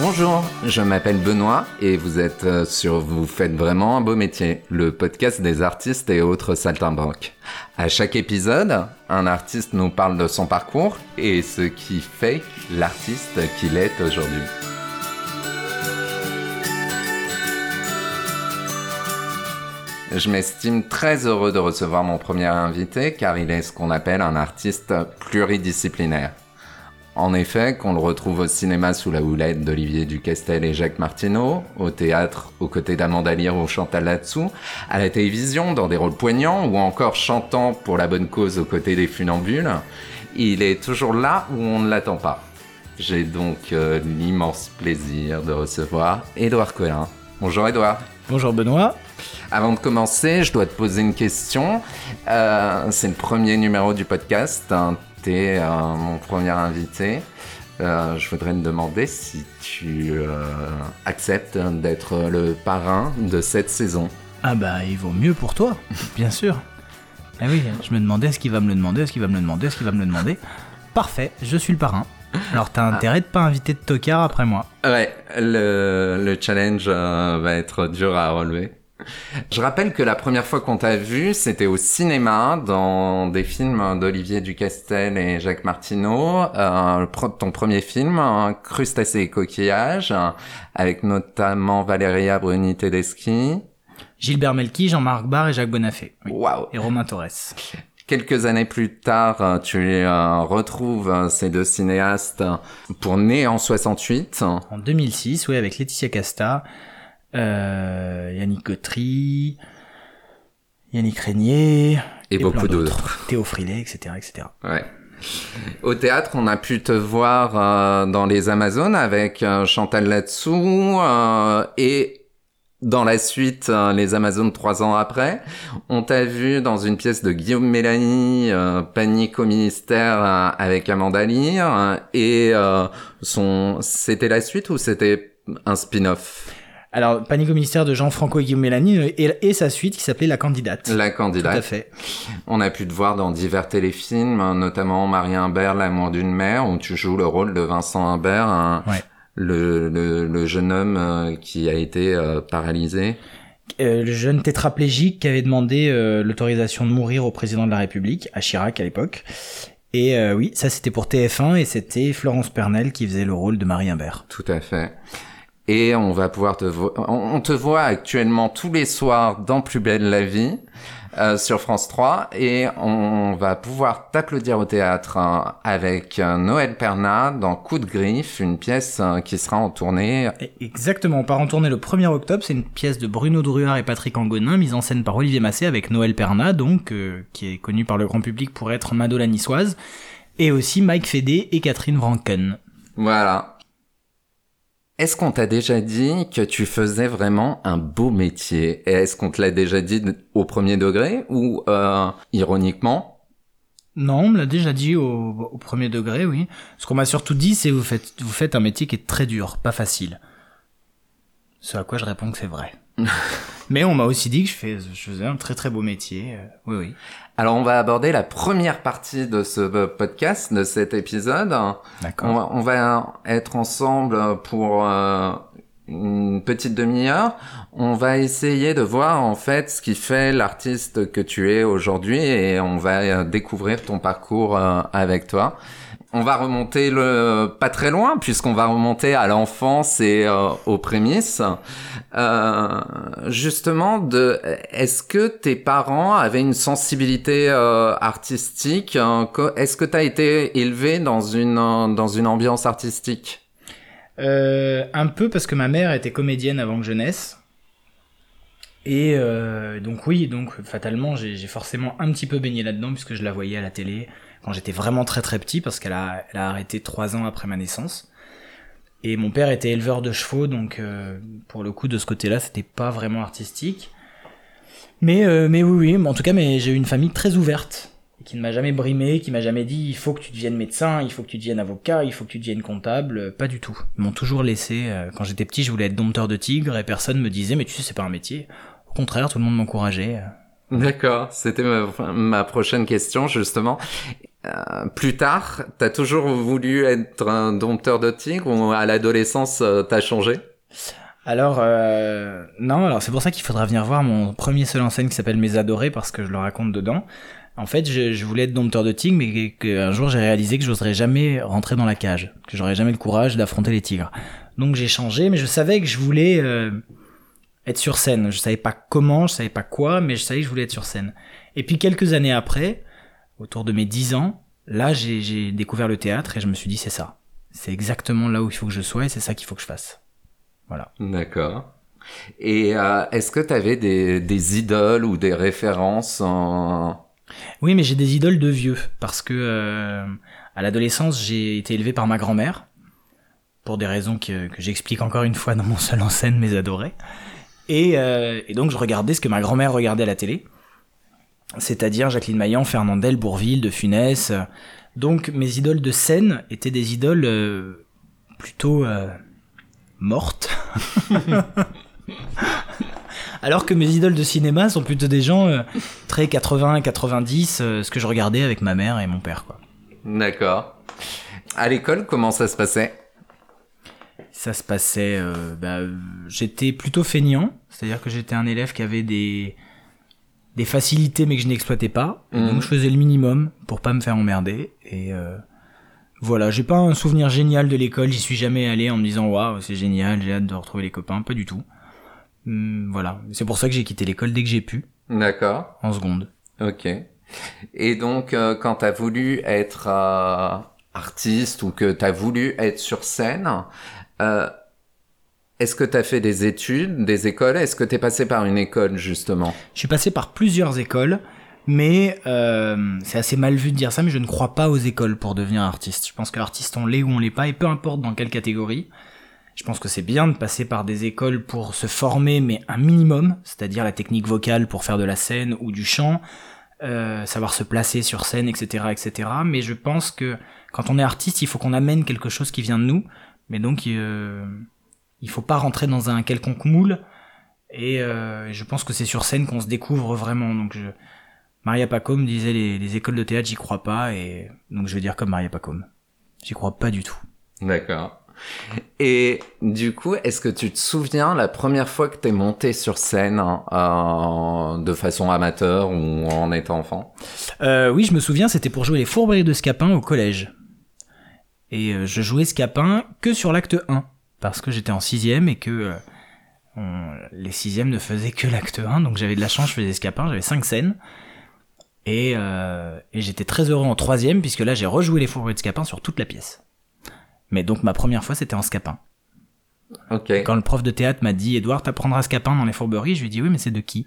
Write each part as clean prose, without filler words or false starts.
Bonjour, je m'appelle Benoît et vous êtes sur Vous faites vraiment un beau métier, le podcast des artistes et autres saltimbanques. À chaque épisode, un artiste nous parle de son parcours et ce qui fait l'artiste qu'il est aujourd'hui. Je m'estime très heureux de recevoir mon premier invité car il est ce qu'on appelle un artiste pluridisciplinaire. En effet, qu'on le retrouve au cinéma sous la houlette d'Olivier Ducastel et Jacques Martineau, au théâtre aux côtés d'Amanda Lear ou Chantal Latsou, à la télévision dans des rôles poignants ou encore chantant pour la bonne cause aux côtés des funambules, il est toujours là où on ne l'attend pas. J'ai donc l'immense plaisir de recevoir Édouard Collin. Bonjour Édouard. Bonjour Benoît. Avant de commencer, je dois te poser une question. C'est le premier numéro du podcast. T'es mon premier invité. Je voudrais te demander si tu acceptes d'être le parrain de cette saison. Ah bah, il vaut mieux pour toi, bien sûr. Ah oui, je me demandais est-ce qu'il va me le demander. Parfait, je suis le parrain. Alors t'as intérêt de pas inviter de tocard après moi. Ouais, le challenge va être dur à relever. Je rappelle que la première fois qu'on t'a vu, c'était au cinéma, dans des films d'Olivier Ducastel et Jacques Martineau. Ton premier film, Crustacés et coquillages, avec notamment Valéria Bruni Tedeschi, Gilbert Melki, Jean-Marc Barr et Jacques Bonafé. Oui. Waouh. Et Romain Torres. Quelques années plus tard, tu retrouves ces deux cinéastes pour Né en 68. En 2006, oui, avec Laetitia Casta, Yannick Gautry, Yannick Régnier et beaucoup d'autres. Théo Frilet, etc., etc. Ouais. Au théâtre, on a pu te voir dans Les Amazones avec Chantal Latsou et dans la suite, Les Amazones 3 ans après. On t'a vu dans une pièce de Guillaume Mélanie, Panique au ministère avec Amanda Lear et c'était la suite ou c'était un spin-off? Alors, Panique au ministère de Jean-Franco et Guillaume Mélanie et sa suite qui s'appelait La Candidate. La Candidate. Tout à fait. On a pu te voir dans divers téléfilms, notamment Marie Imbert, L'amour d'une mère, où tu joues le rôle de Vincent Imbert, ouais. le jeune homme qui a été paralysé. Le jeune tétraplégique qui avait demandé l'autorisation de mourir au président de la République, à Chirac à l'époque. Et oui, ça c'était pour TF1 et c'était Florence Pernel qui faisait le rôle de Marie Imbert. Tout à fait. Et on va pouvoir on te voit actuellement tous les soirs dans Plus belle la vie sur France 3 et on va pouvoir t'applaudir au théâtre avec Noël Perna dans Coup de griffe, une pièce qui sera en tournée. Exactement, on part en tournée le 1er octobre, c'est une pièce de Bruno Druard et Patrick Angonin, mise en scène par Olivier Massé avec Noël Perna, donc qui est connu par le grand public pour être Mado la niçoise, et aussi Mike Fédé et Catherine Wranken. Voilà. Est-ce qu'on t'a déjà dit que tu faisais vraiment un beau métier? Et est-ce qu'on te l'a déjà dit au premier degré ou ironiquement? Non, on me l'a déjà dit au premier degré, oui. Ce qu'on m'a surtout dit, c'est vous faites un métier qui est très dur, pas facile. Ce à quoi je réponds que c'est vrai. Mais on m'a aussi dit que je faisais un très très beau métier. Oui. Alors on va aborder la première partie de ce podcast, de cet épisode. D'accord. On va être ensemble pour une petite demi-heure. On va essayer de voir en fait ce qui fait l'artiste que tu es aujourd'hui et on va découvrir ton parcours avec toi. On va remonter pas très loin puisqu'on va remonter à l'enfance et aux prémices. Justement, est-ce que tes parents avaient une sensibilité artistique? Est-ce que tu as été élevé dans une ambiance artistique? Un peu parce que ma mère était comédienne avant que je naisse. Et donc fatalement j'ai forcément un petit peu baigné là-dedans puisque je la voyais à la télé quand j'étais vraiment très très petit parce qu'elle a arrêté 3 ans après ma naissance. Et mon père était éleveur de chevaux donc pour le coup de ce côté-là c'était pas vraiment artistique. Mais oui, en tout cas j'ai eu une famille très ouverte qui ne m'a jamais brimé, qui m'a jamais dit il faut que tu deviennes médecin, il faut que tu deviennes avocat, il faut que tu deviennes comptable, pas du tout. Ils m'ont toujours laissé, quand j'étais petit je voulais être dompteur de tigres et personne me disait mais tu sais c'est pas un métier. Au contraire, tout le monde m'encourageait. D'accord, c'était ma prochaine question justement. Plus tard, t'as toujours voulu être un dompteur de tigres ou à l'adolescence, t'as changé? Alors, non, alors c'est pour ça qu'il faudra venir voir mon premier seul en scène qui s'appelle Mes Adorés, parce que je le raconte dedans. En fait, je voulais être dompteur de tigres, mais qu'un jour j'ai réalisé que j'oserais jamais rentrer dans la cage, que j'aurais jamais le courage d'affronter les tigres. Donc j'ai changé, mais je savais que je voulais être sur scène. Je savais pas comment, je savais pas quoi, mais je savais que je voulais être sur scène. Et puis quelques années après, autour de mes 10 ans, là j'ai découvert le théâtre et je me suis dit c'est ça. C'est exactement là où il faut que je sois et c'est ça qu'il faut que je fasse. Voilà. D'accord. Et est-ce que t'avais des idoles ou des références Oui, mais j'ai des idoles de vieux, parce que à l'adolescence, j'ai été élevé par ma grand-mère, pour des raisons que j'explique encore une fois dans mon seul en scène, Mes Adorés. Et donc je regardais ce que ma grand-mère regardait à la télé, c'est-à-dire Jacqueline Maillan, Fernandel, Bourvil, De Funès. Donc mes idoles de scène étaient des idoles plutôt mortes. Alors que mes idoles de cinéma sont plutôt des gens très 80, 90, ce que je regardais avec ma mère et mon père, quoi. D'accord. À l'école, comment ça se passait? Ça se passait... j'étais plutôt feignant, c'est-à-dire que j'étais un élève qui avait des facilités mais que je n'exploitais pas. Et donc je faisais le minimum pour pas me faire emmerder. Et voilà, j'ai pas un souvenir génial de l'école, j'y suis jamais allé en me disant « Waouh, c'est génial, j'ai hâte de retrouver les copains », pas du tout. Voilà, c'est pour ça que j'ai quitté l'école dès que j'ai pu. D'accord. En seconde. Ok. Et donc, quand t'as voulu être artiste ou que t'as voulu être sur scène, est-ce que t'as fait des études, des écoles? Est-ce que t'es passé par une école, justement? Je suis passé par plusieurs écoles, mais c'est assez mal vu de dire ça, mais je ne crois pas aux écoles pour devenir artiste. Je pense que l'artiste, on l'est ou on l'est pas, et peu importe dans quelle catégorie. Je pense que c'est bien de passer par des écoles pour se former, mais un minimum, c'est-à-dire la technique vocale pour faire de la scène ou du chant, savoir se placer sur scène, etc., etc. Mais je pense que quand on est artiste, il faut qu'on amène quelque chose qui vient de nous, mais donc il faut pas rentrer dans un quelconque moule, et je pense que c'est sur scène qu'on se découvre vraiment. Donc Maria Pacôme disait les écoles de théâtre, j'y crois pas, et donc je vais dire comme Maria Pacôme. J'y crois pas du tout. D'accord. Et du coup, est-ce que tu te souviens la première fois que t'es monté sur scène de façon amateur ou en étant enfant? Oui, je me souviens, c'était pour jouer les Fourberies de Scapin au collège. Et je jouais Scapin que sur l'acte 1, parce que j'étais en 6ème et que les 6ème ne faisaient que l'acte 1, donc j'avais de la chance, je faisais Scapin, j'avais 5 scènes. Et j'étais très heureux en 3ème, puisque là j'ai rejoué les Fourberies de Scapin sur toute la pièce. Mais donc ma première fois c'était en Scapin. Ok. Quand le prof de théâtre m'a dit « Edouard, t'apprendras Scapin dans les Fourberies », je lui ai dit « Oui, mais c'est de qui ?»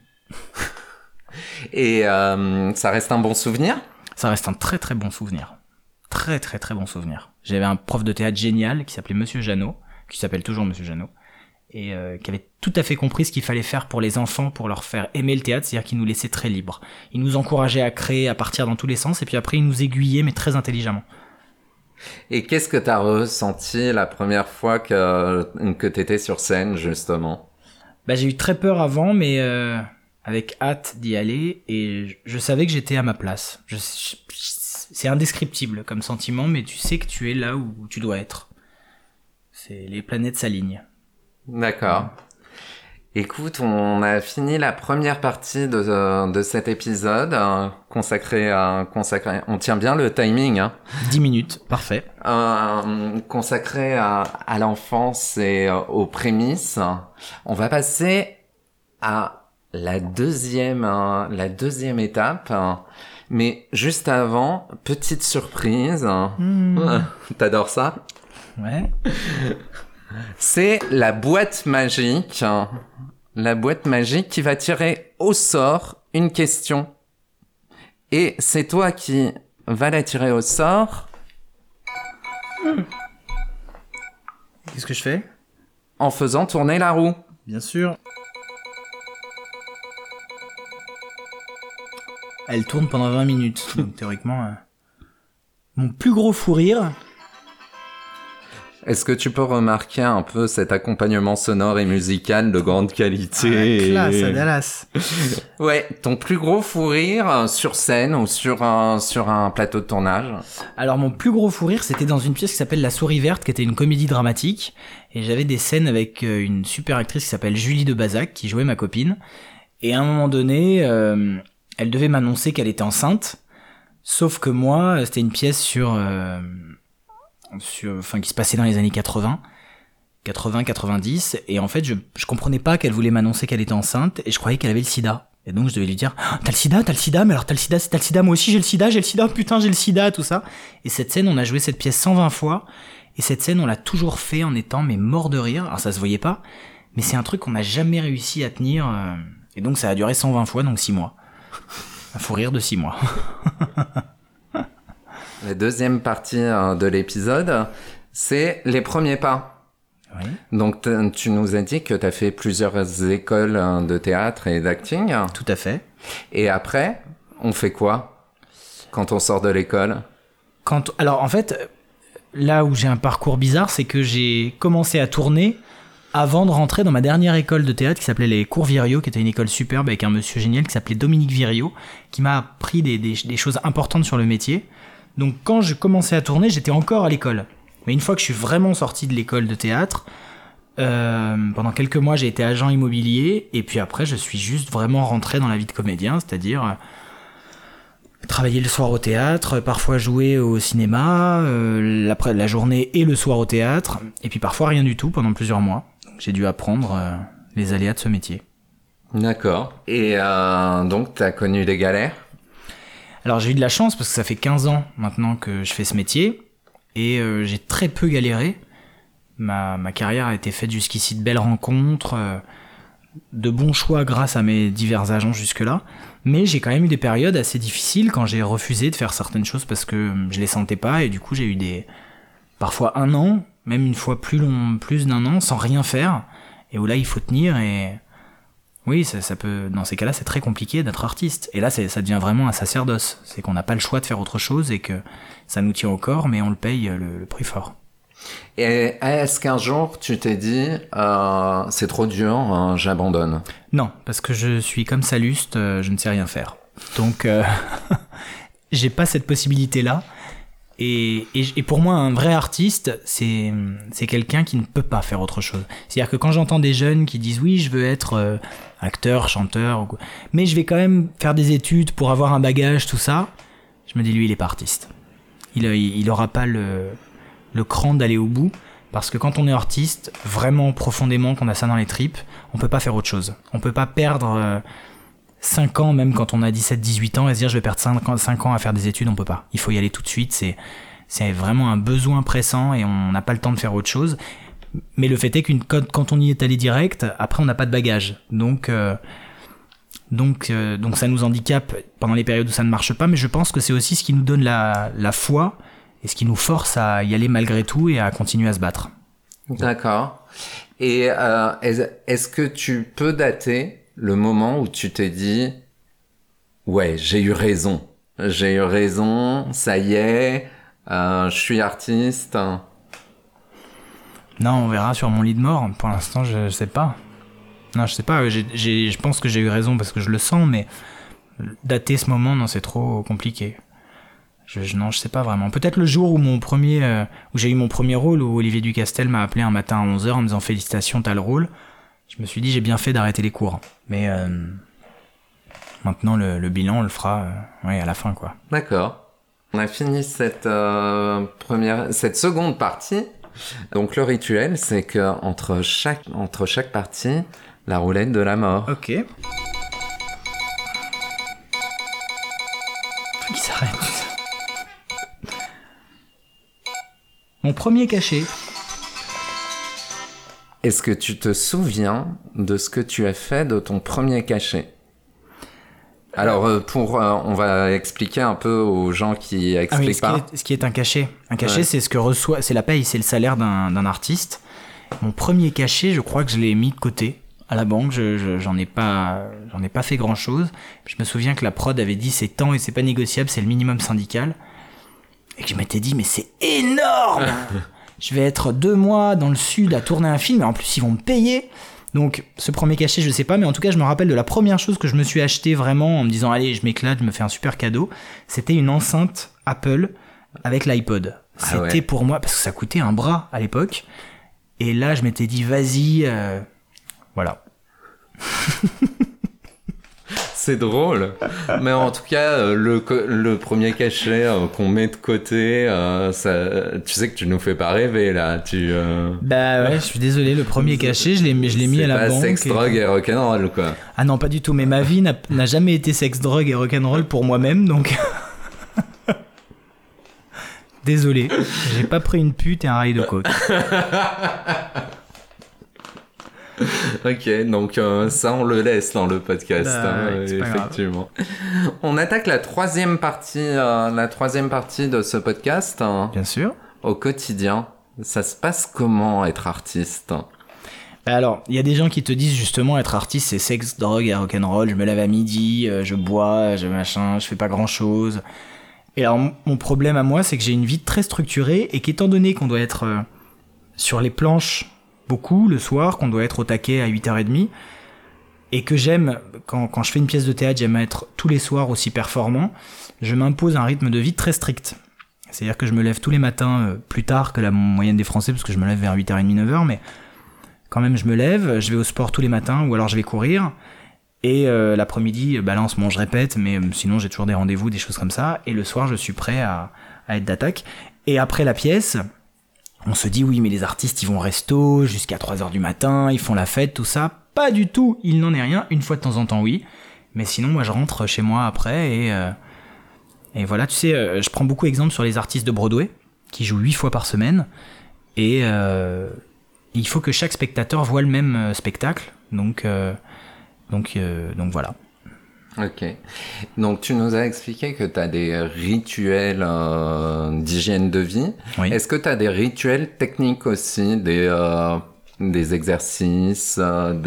Et ça reste un bon souvenir? Ça reste un très très bon souvenir. Très très très bon souvenir. J'avais un prof de théâtre génial qui s'appelait Monsieur Jeannot, qui s'appelle toujours Monsieur Jeannot, et qui avait tout à fait compris ce qu'il fallait faire pour les enfants, pour leur faire aimer le théâtre, c'est-à-dire qu'il nous laissait très libres. Il nous encourageait à créer, à partir dans tous les sens, et puis après il nous aiguillait, mais très intelligemment. Et qu'est-ce que t'as ressenti la première fois que t'étais sur scène, justement? J'ai eu très peur avant, mais avec hâte d'y aller, et je savais que j'étais à ma place. C'est indescriptible comme sentiment, mais tu sais que tu es là où tu dois être. Les planètes s'alignent. D'accord. Écoute, on a fini la première partie de cet épisode consacré. On tient bien le timing, hein. 10 minutes, parfait. Consacré à l'enfance et aux prémices. On va passer à la deuxième étape. Mais juste avant, petite surprise. T'adores ça? Ouais. C'est la boîte magique. La boîte magique qui va tirer au sort une question. Et c'est toi qui vas la tirer au sort. Qu'est-ce que je fais? En faisant tourner la roue. Bien sûr. Elle tourne pendant 20 minutes. Donc théoriquement, mon plus gros fou rire... Est-ce que tu peux remarquer un peu cet accompagnement sonore et musical de grande qualité? Classe à Dallas. Ouais, ton plus gros fou rire sur scène ou sur un plateau de tournage? Alors mon plus gros fou rire, c'était dans une pièce qui s'appelle La Souris Verte, qui était une comédie dramatique, et j'avais des scènes avec une super actrice qui s'appelle Julie de Bazac, qui jouait ma copine, et à un moment donné, elle devait m'annoncer qu'elle était enceinte, sauf que moi, c'était une pièce qui se passait dans les années 90, et en fait, je comprenais pas qu'elle voulait m'annoncer qu'elle était enceinte, et je croyais qu'elle avait le sida. Et donc, je devais lui dire, t'as le sida, mais alors t'as le sida, moi aussi j'ai le sida, putain, j'ai le sida, tout ça. Et cette scène, on a joué cette pièce 120 fois, et cette scène, on l'a toujours fait en étant, mais mort de rire. Alors, ça se voyait pas, mais c'est un truc qu'on n'a jamais réussi à tenir, et donc ça a duré 120 fois, donc 6 mois. Un fou rire de 6 mois. La deuxième partie de l'épisode, c'est les premiers pas. Oui. Donc, tu nous as dit que tu as fait plusieurs écoles de théâtre et d'acting. Tout à fait. Et après, on fait quoi quand on sort de l'école? Alors, en fait, là où j'ai un parcours bizarre, c'est que j'ai commencé à tourner avant de rentrer dans ma dernière école de théâtre qui s'appelait les Cours Viriot, qui était une école superbe avec un monsieur génial qui s'appelait Dominique Viriot, qui m'a appris des choses importantes sur le métier. Donc quand je commençais à tourner, j'étais encore à l'école. Mais une fois que je suis vraiment sorti de l'école de théâtre, pendant quelques mois j'ai été agent immobilier, et puis après je suis juste vraiment rentré dans la vie de comédien, c'est-à-dire travailler le soir au théâtre, parfois jouer au cinéma, la journée et le soir au théâtre, et puis parfois rien du tout pendant plusieurs mois. Donc j'ai dû apprendre les aléas de ce métier. D'accord. Et donc t'as connu des galères? Alors j'ai eu de la chance parce que ça fait 15 ans maintenant que je fais ce métier, et j'ai très peu galéré. Ma carrière a été faite jusqu'ici de belles rencontres, de bons choix grâce à mes divers agents jusque-là, mais j'ai quand même eu des périodes assez difficiles quand j'ai refusé de faire certaines choses parce que je les sentais pas, et du coup j'ai eu parfois un an, même une fois plus d'un an, sans rien faire, et où là il faut tenir, et oui, ça peut, dans ces cas-là, c'est très compliqué d'être artiste. Et là, ça devient vraiment un sacerdoce. C'est qu'on n'a pas le choix de faire autre chose et que ça nous tient au corps, mais on le paye le prix fort. Et est-ce qu'un jour, tu t'es dit, c'est trop dur, j'abandonne? Non, parce que je suis comme Salluste, je ne sais rien faire. Donc, j'ai pas cette possibilité-là. Et pour moi, un vrai artiste, c'est quelqu'un qui ne peut pas faire autre chose. C'est-à-dire que quand j'entends des jeunes qui disent « Oui, je veux être acteur, chanteur, mais je vais quand même faire des études pour avoir un bagage, tout ça », je me dis « Lui, il est pas artiste. Il aura pas le cran d'aller au bout, parce que quand on est artiste, vraiment profondément, qu'on a ça dans les tripes, on peut pas faire autre chose. On peut pas perdre 5 ans, même quand on a 17-18 ans, et se dire je vais perdre 5 ans à faire des études, on peut pas. Il faut y aller tout de suite, c'est vraiment un besoin pressant et on n'a pas le temps de faire autre chose. Mais le fait est quand on y est allé direct, après on n'a pas de bagage. Donc ça nous handicape pendant les périodes où ça ne marche pas, mais je pense que c'est aussi ce qui nous donne la foi et ce qui nous force à y aller malgré tout et à continuer à se battre. D'accord. Et est-ce que tu peux dater le moment où tu t'es dit « Ouais, j'ai eu raison, ça y est, je suis artiste ». Non, on verra sur mon lit de mort. Pour l'instant, je sais pas. Non, je sais pas. Je pense que j'ai eu raison parce que je le sens, mais dater ce moment, non, c'est trop compliqué. Non, je sais pas vraiment. Peut-être le jour où j'ai eu mon premier rôle, où Olivier Ducastel m'a appelé un matin à 11h en me disant « Félicitations, t'as le rôle ». Je me suis dit, j'ai bien fait d'arrêter les cours. Mais maintenant, le bilan, on le fera à la fin, quoi. D'accord. On a fini cette seconde partie. Donc le rituel, c'est que entre chaque partie, la roulette de la mort. Ok. Qui s'arrête. Mon premier cachet. Est-ce que tu te souviens de ce que tu as fait de ton premier cachet? Alors, on va expliquer un peu aux gens qui expliquent pas. Ce qui est un cachet. Un cachet, c'est ce que reçoit, c'est la paye, c'est le salaire d'un artiste. Mon premier cachet, je crois que je l'ai mis de côté à la banque. J'en ai pas fait grand chose. Je me souviens que la prod avait dit c'est tant et c'est pas négociable, c'est le minimum syndical. Et que je m'étais dit mais c'est énorme. je vais être 2 mois dans le sud à tourner un film, et en plus ils vont me payer. Donc ce premier cachet, je sais pas, mais en tout cas je me rappelle de la première chose que je me suis acheté vraiment en me disant allez, je m'éclate, je me fais un super cadeau. C'était une enceinte Apple avec l'iPod. C'était pour moi, parce que ça coûtait un bras à l'époque. Et là je m'étais dit vas-y, voilà. C'est drôle, mais en tout cas, le premier cachet qu'on met de côté, tu sais que tu nous fais pas rêver là. Bah ouais, je suis désolé, le premier cachet, je l'ai mis à la banque. C'est pas sex, drogue et rock'n'roll quoi. Ah non, pas du tout, mais ma vie n'a jamais été sex, drogue et rock'n'roll pour moi-même, donc... Désolé, j'ai pas pris une pute et un rail de coke. Ok, donc ça on le laisse dans le podcast, effectivement. On attaque la troisième partie de ce podcast. Bien sûr. Au quotidien, ça se passe comment être artiste ? Alors, il y a des gens qui te disent justement être artiste c'est sexe, drogue et rock'n'roll. Je me lève à midi, je bois, je fais pas grand chose. Et alors mon problème à moi c'est que j'ai une vie très structurée et qu'étant donné qu'on doit être sur les planches beaucoup le soir, qu'on doit être au taquet à 8h30, et que j'aime, quand je fais une pièce de théâtre, j'aime être tous les soirs aussi performant, je m'impose un rythme de vie très strict. C'est-à-dire que je me lève tous les matins plus tard que la moyenne des Français, parce que je me lève vers 8h30, 9h, mais quand même je me lève, je vais au sport tous les matins, ou alors je vais courir, et l'après-midi, balance, je répète, mais sinon j'ai toujours des rendez-vous, des choses comme ça, et le soir je suis prêt à être d'attaque. Et après la pièce... On se dit oui mais les artistes ils vont au resto jusqu'à 3h du matin, ils font la fête, tout ça. Pas du tout, il n'en est rien, une fois de temps en temps oui. Mais sinon moi je rentre chez moi après et voilà, tu sais, je prends beaucoup d'exemples sur les artistes de Broadway qui jouent 8 fois par semaine et il faut que chaque spectateur voit le même spectacle. Donc voilà. Ok. Donc, tu nous as expliqué que tu as des rituels d'hygiène de vie. Oui. Est-ce que tu as des rituels techniques aussi, des exercices,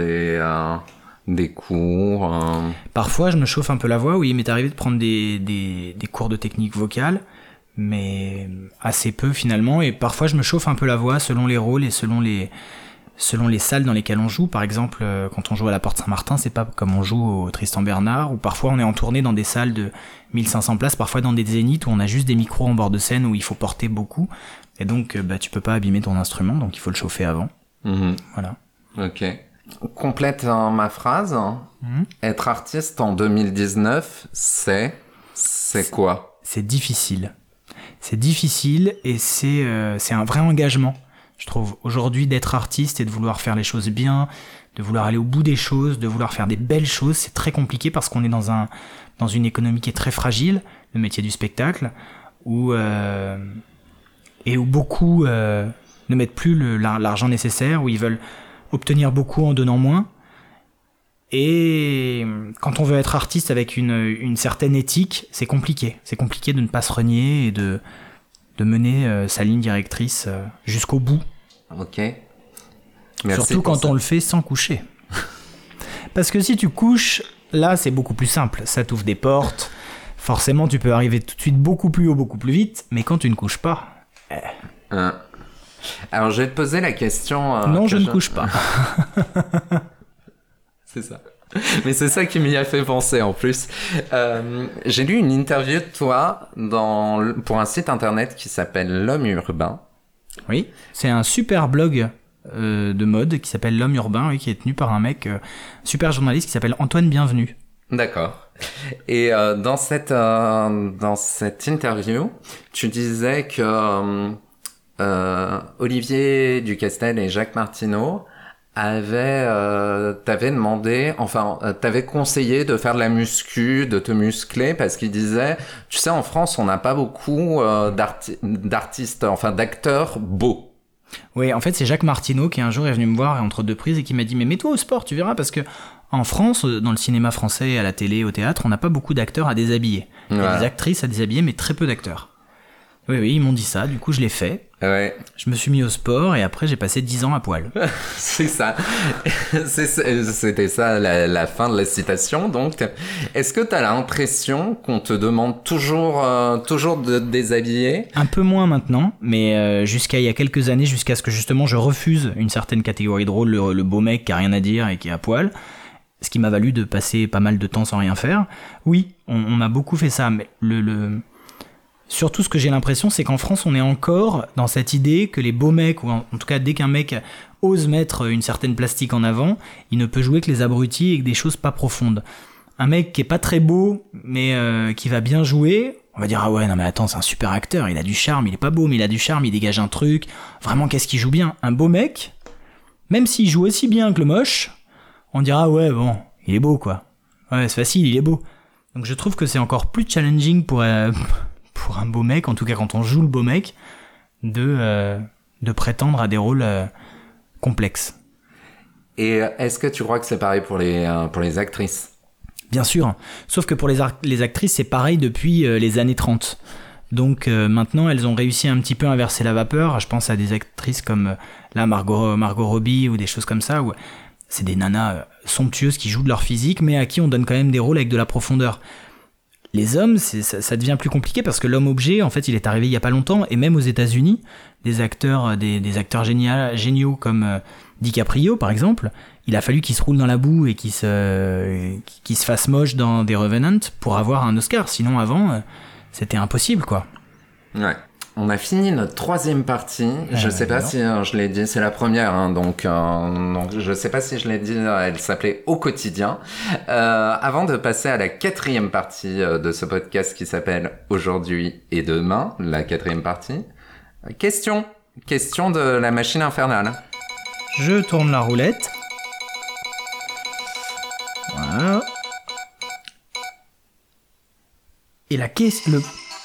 des cours Parfois, je me chauffe un peu la voix. Oui, il m'est arrivé de prendre des cours de technique vocale, mais assez peu finalement. Et parfois, je me chauffe un peu la voix selon les rôles et selon les salles dans lesquelles on joue. Par exemple, quand on joue à la Porte Saint-Martin, c'est pas comme on joue au Tristan Bernard, ou parfois on est en tournée dans des salles de 1500 places, parfois dans des zéniths où on a juste des micros en bord de scène où il faut porter beaucoup, et donc tu peux pas abîmer ton instrument, donc il faut le chauffer avant. Voilà. Ok. Complète ma phrase. Être artiste en 2019, c'est quoi ? C'est difficile. C'est difficile et c'est un vrai engagement. Je trouve aujourd'hui d'être artiste et de vouloir faire les choses bien, de vouloir aller au bout des choses, de vouloir faire des belles choses, c'est très compliqué parce qu'on est dans une économie qui est très fragile, le métier du spectacle, où beaucoup ne mettent plus l'argent nécessaire, où ils veulent obtenir beaucoup en donnant moins. Et quand on veut être artiste avec une certaine éthique, c'est compliqué. C'est compliqué de ne pas se renier et de mener sa ligne directrice jusqu'au bout. Ok. Merci. Surtout quand on le fait sans coucher. Parce que si tu couches, là c'est beaucoup plus simple. Ça t'ouvre des portes. Forcément, tu peux arriver tout de suite beaucoup plus haut, beaucoup plus vite. Mais quand tu ne couches pas... Alors, je vais te poser la question... non, je ne couche pas. C'est ça. Mais c'est ça qui m'y a fait penser en plus. J'ai lu une interview de toi pour un site internet qui s'appelle L'Homme Urbain. Oui, c'est un super blog de mode qui s'appelle L'Homme Urbain, oui, qui est tenu par un mec, super journaliste qui s'appelle Antoine Bienvenu. D'accord. Et dans cette interview, tu disais que Olivier Ducastel et Jacques Martineau t'avais demandé, t'avais conseillé de faire de la muscu, de te muscler, parce qu'ils disaient, tu sais, en France, on n'a pas beaucoup d'artistes, d'acteurs beaux. Oui, en fait, c'est Jacques Martineau qui un jour est venu me voir entre deux prises et qui m'a dit, mais mets-toi au sport, tu verras, parce que en France, dans le cinéma français, à la télé, au théâtre, on n'a pas beaucoup d'acteurs à déshabiller. Il y a des actrices à déshabiller, mais très peu d'acteurs. Oui, ils m'ont dit ça, du coup je l'ai fait. Ouais. Je me suis mis au sport et après j'ai passé 10 ans à poil. C'est ça. C'était ça la fin de la citation. Donc, est-ce que tu as l'impression qu'on te demande toujours de te déshabiller? Un peu moins maintenant, mais jusqu'à il y a quelques années, jusqu'à ce que justement je refuse une certaine catégorie de rôle, le beau mec qui a rien à dire et qui est à poil, ce qui m'a valu de passer pas mal de temps sans rien faire. Oui, on m'a beaucoup fait ça, mais surtout, ce que j'ai l'impression, c'est qu'en France, on est encore dans cette idée que les beaux mecs, ou en tout cas, dès qu'un mec ose mettre une certaine plastique en avant, il ne peut jouer que les abrutis et que des choses pas profondes. Un mec qui est pas très beau, mais qui va bien jouer, on va dire, ah ouais, non mais attends, c'est un super acteur, il a du charme, il est pas beau, mais il a du charme, il dégage un truc, vraiment, qu'est-ce qu'il joue bien? Un beau mec, même s'il joue aussi bien que le moche, on dira, ouais, bon, il est beau, quoi. Ouais, c'est facile, il est beau. Donc je trouve que c'est encore plus challenging pour un beau mec, en tout cas quand on joue le beau mec, de prétendre à des rôles complexes. Et est-ce que tu crois que c'est pareil pour les actrices? Bien sûr, sauf que pour les actrices, c'est pareil depuis les années 30. Donc maintenant, elles ont réussi un petit peu à inverser la vapeur. Je pense à des actrices comme là, Margot Robbie ou des choses comme ça, où c'est des nanas somptueuses qui jouent de leur physique, mais à qui on donne quand même des rôles avec de la profondeur. Les hommes, ça devient plus compliqué parce que l'homme-objet, en fait, il est arrivé il y a pas longtemps, et même aux États-Unis, des acteurs géniaux comme DiCaprio, par exemple, il a fallu qu'il se roule dans la boue et qu'il se fasse moche dans The Revenant pour avoir un Oscar. Sinon, avant, c'était impossible, quoi. Ouais. On a fini notre troisième partie. Je sais pas si je l'ai dit, c'est la première, hein, donc je sais pas si je l'ai dit. Elle s'appelait Au quotidien. Avant de passer à la quatrième partie de ce podcast qui s'appelle Aujourd'hui et demain, la quatrième partie. Question de la machine infernale. Je tourne la roulette. Voilà. Et la question.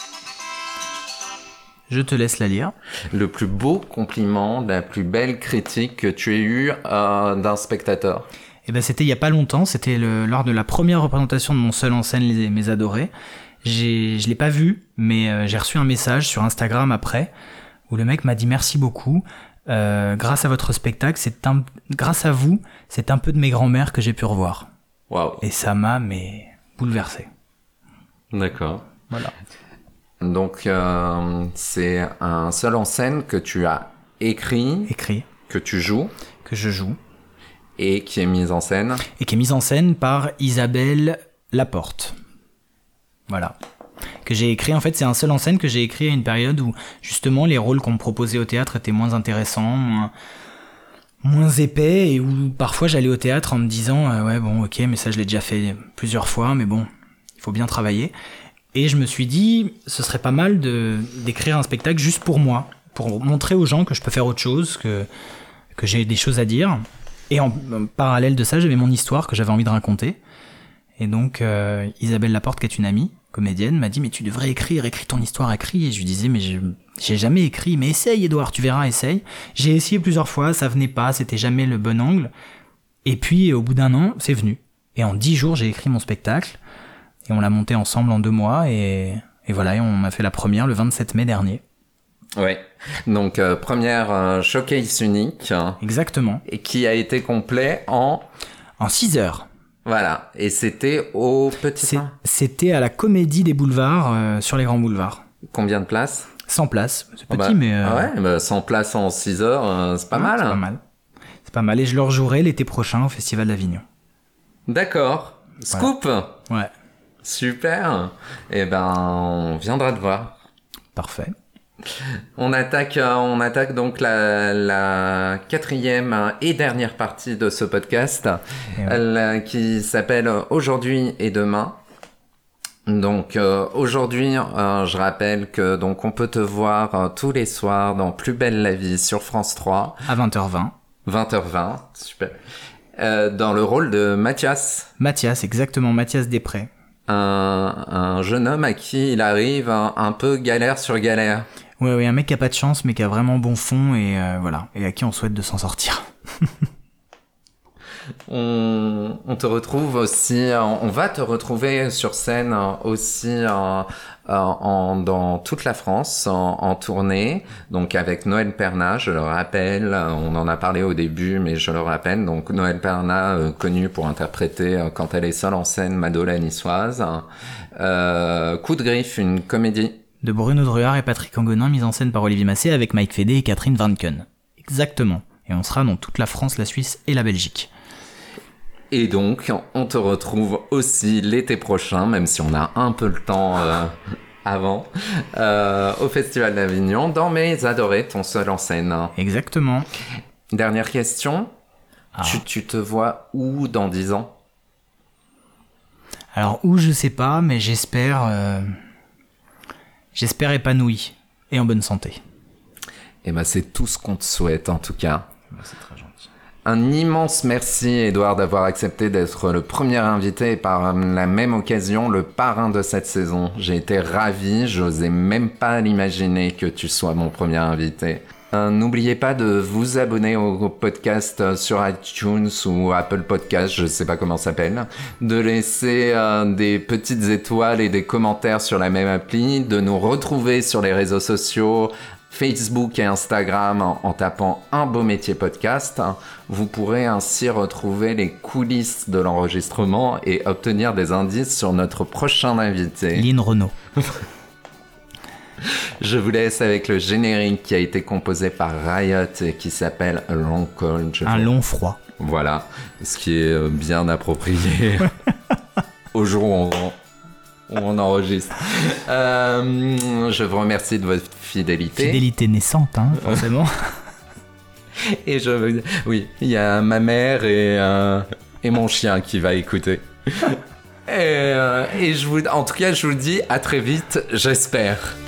Je te laisse la lire. Le plus beau compliment, la plus belle critique que tu aies eue d'un spectateur? Eh ben, c'était il y a pas longtemps, c'était lors de la première représentation de mon seul en scène, Mes Adorés. Je l'ai pas vu, mais j'ai reçu un message sur Instagram après, où le mec m'a dit merci beaucoup. Grâce à votre spectacle, grâce à vous, c'est un peu de mes grands-mères que j'ai pu revoir. Waouh. Et ça m'a bouleversé. D'accord. Voilà. Donc, c'est un seul en scène que tu as écrit, que tu joues, que je joue, et qui est mise en scène. Et qui est mise en scène par Isabelle Laporte. Voilà. Que j'ai écrit, en fait, c'est un seul en scène que j'ai écrit à une période où, justement, les rôles qu'on me proposait au théâtre étaient moins intéressants, moins épais, et où parfois j'allais au théâtre en me disant ouais, bon, ok, mais ça je l'ai déjà fait plusieurs fois, mais bon, il faut bien travailler. Et je me suis dit, ce serait pas mal d'écrire un spectacle juste pour moi, pour montrer aux gens que je peux faire autre chose, que j'ai des choses à dire. Et en parallèle de ça, j'avais mon histoire que j'avais envie de raconter. Et donc, Isabelle Laporte, qui est une amie, comédienne, m'a dit, mais tu devrais écris ton histoire, écris. Et je lui disais, mais j'ai jamais écrit, mais essaye, Edouard, tu verras, essaye. J'ai essayé plusieurs fois, ça venait pas, c'était jamais le bon angle. Et puis, au bout d'un an, c'est venu. Et en 10 jours, j'ai écrit mon spectacle. Et on l'a monté ensemble en 2 mois, et voilà, et on a fait la première le 27 mai dernier. Ouais, donc première showcase unique. Exactement. Et qui a été complet en 6 heures. Voilà, et c'était au Petit Pain. C'était à la Comédie des Boulevards, sur les grands boulevards. Combien de places? 100 places, c'est petit, mais... Ah ouais, 100 places en 6 heures, c'est pas mal. C'est pas mal. C'est pas mal, et je le rejouerai l'été prochain au Festival d'Avignon. D'accord. Scoop. Ouais. Super. Eh ben, on viendra te voir. Parfait. On attaque donc la quatrième et dernière partie de ce podcast, qui s'appelle Aujourd'hui et demain. Donc aujourd'hui, je rappelle que donc on peut te voir tous les soirs dans Plus belle la vie sur France 3 à 20h20. 20h20, super. Dans le rôle de Mathias. Mathias, exactement, Mathias Després. Un jeune homme à qui il arrive un peu galère sur galère. Ouais, un mec qui a pas de chance, mais qui a vraiment bon fond, et voilà, et à qui on souhaite de s'en sortir. On te retrouve aussi, on va te retrouver sur scène aussi dans toute la France en tournée, donc avec Noël Perna, je le rappelle, on en a parlé au début, mais je le rappelle, donc Noël Perna, connue pour interpréter quand elle est seule en scène Mado la niçoise, Coup de griffe, une comédie de Bruno Druard et Patrick Angonin, mise en scène par Olivier Massé avec Mike Fédé et Catherine Vanken. Exactement. Et on sera dans toute la France, la Suisse et la Belgique. Et donc, on te retrouve aussi l'été prochain, même si on a un peu le temps avant, au Festival d'Avignon, dans Mes Adorés, ton seul en scène. Exactement. Dernière question. Tu te vois où dans 10 ans ? Alors, où, je sais pas, mais j'espère épanoui et en bonne santé. Eh ben, c'est tout ce qu'on te souhaite, en tout cas. C'est très gentil. Un immense merci, Édouard, d'avoir accepté d'être le premier invité et par la même occasion le parrain de cette saison. J'ai été ravi, j'osais même pas l'imaginer que tu sois mon premier invité. N'oubliez pas de vous abonner au podcast sur iTunes ou Apple Podcast, je sais pas comment ça s'appelle, de laisser des petites étoiles et des commentaires sur la même appli, de nous retrouver sur les réseaux sociaux, Facebook et Instagram en tapant Un Beau Métier Podcast. Vous pourrez ainsi retrouver les coulisses de l'enregistrement et obtenir des indices sur notre prochain invité. Lynn Renaud. Je vous laisse avec le générique qui a été composé par Riot et qui s'appelle A Long Cold. Un long froid. Voilà, ce qui est bien approprié au jour où on enregistre. Je vous remercie de votre fidélité. Fidélité naissante, hein, forcément. Et oui, il y a ma mère et mon chien qui va écouter. Et en tout cas, je vous dis à très vite, j'espère.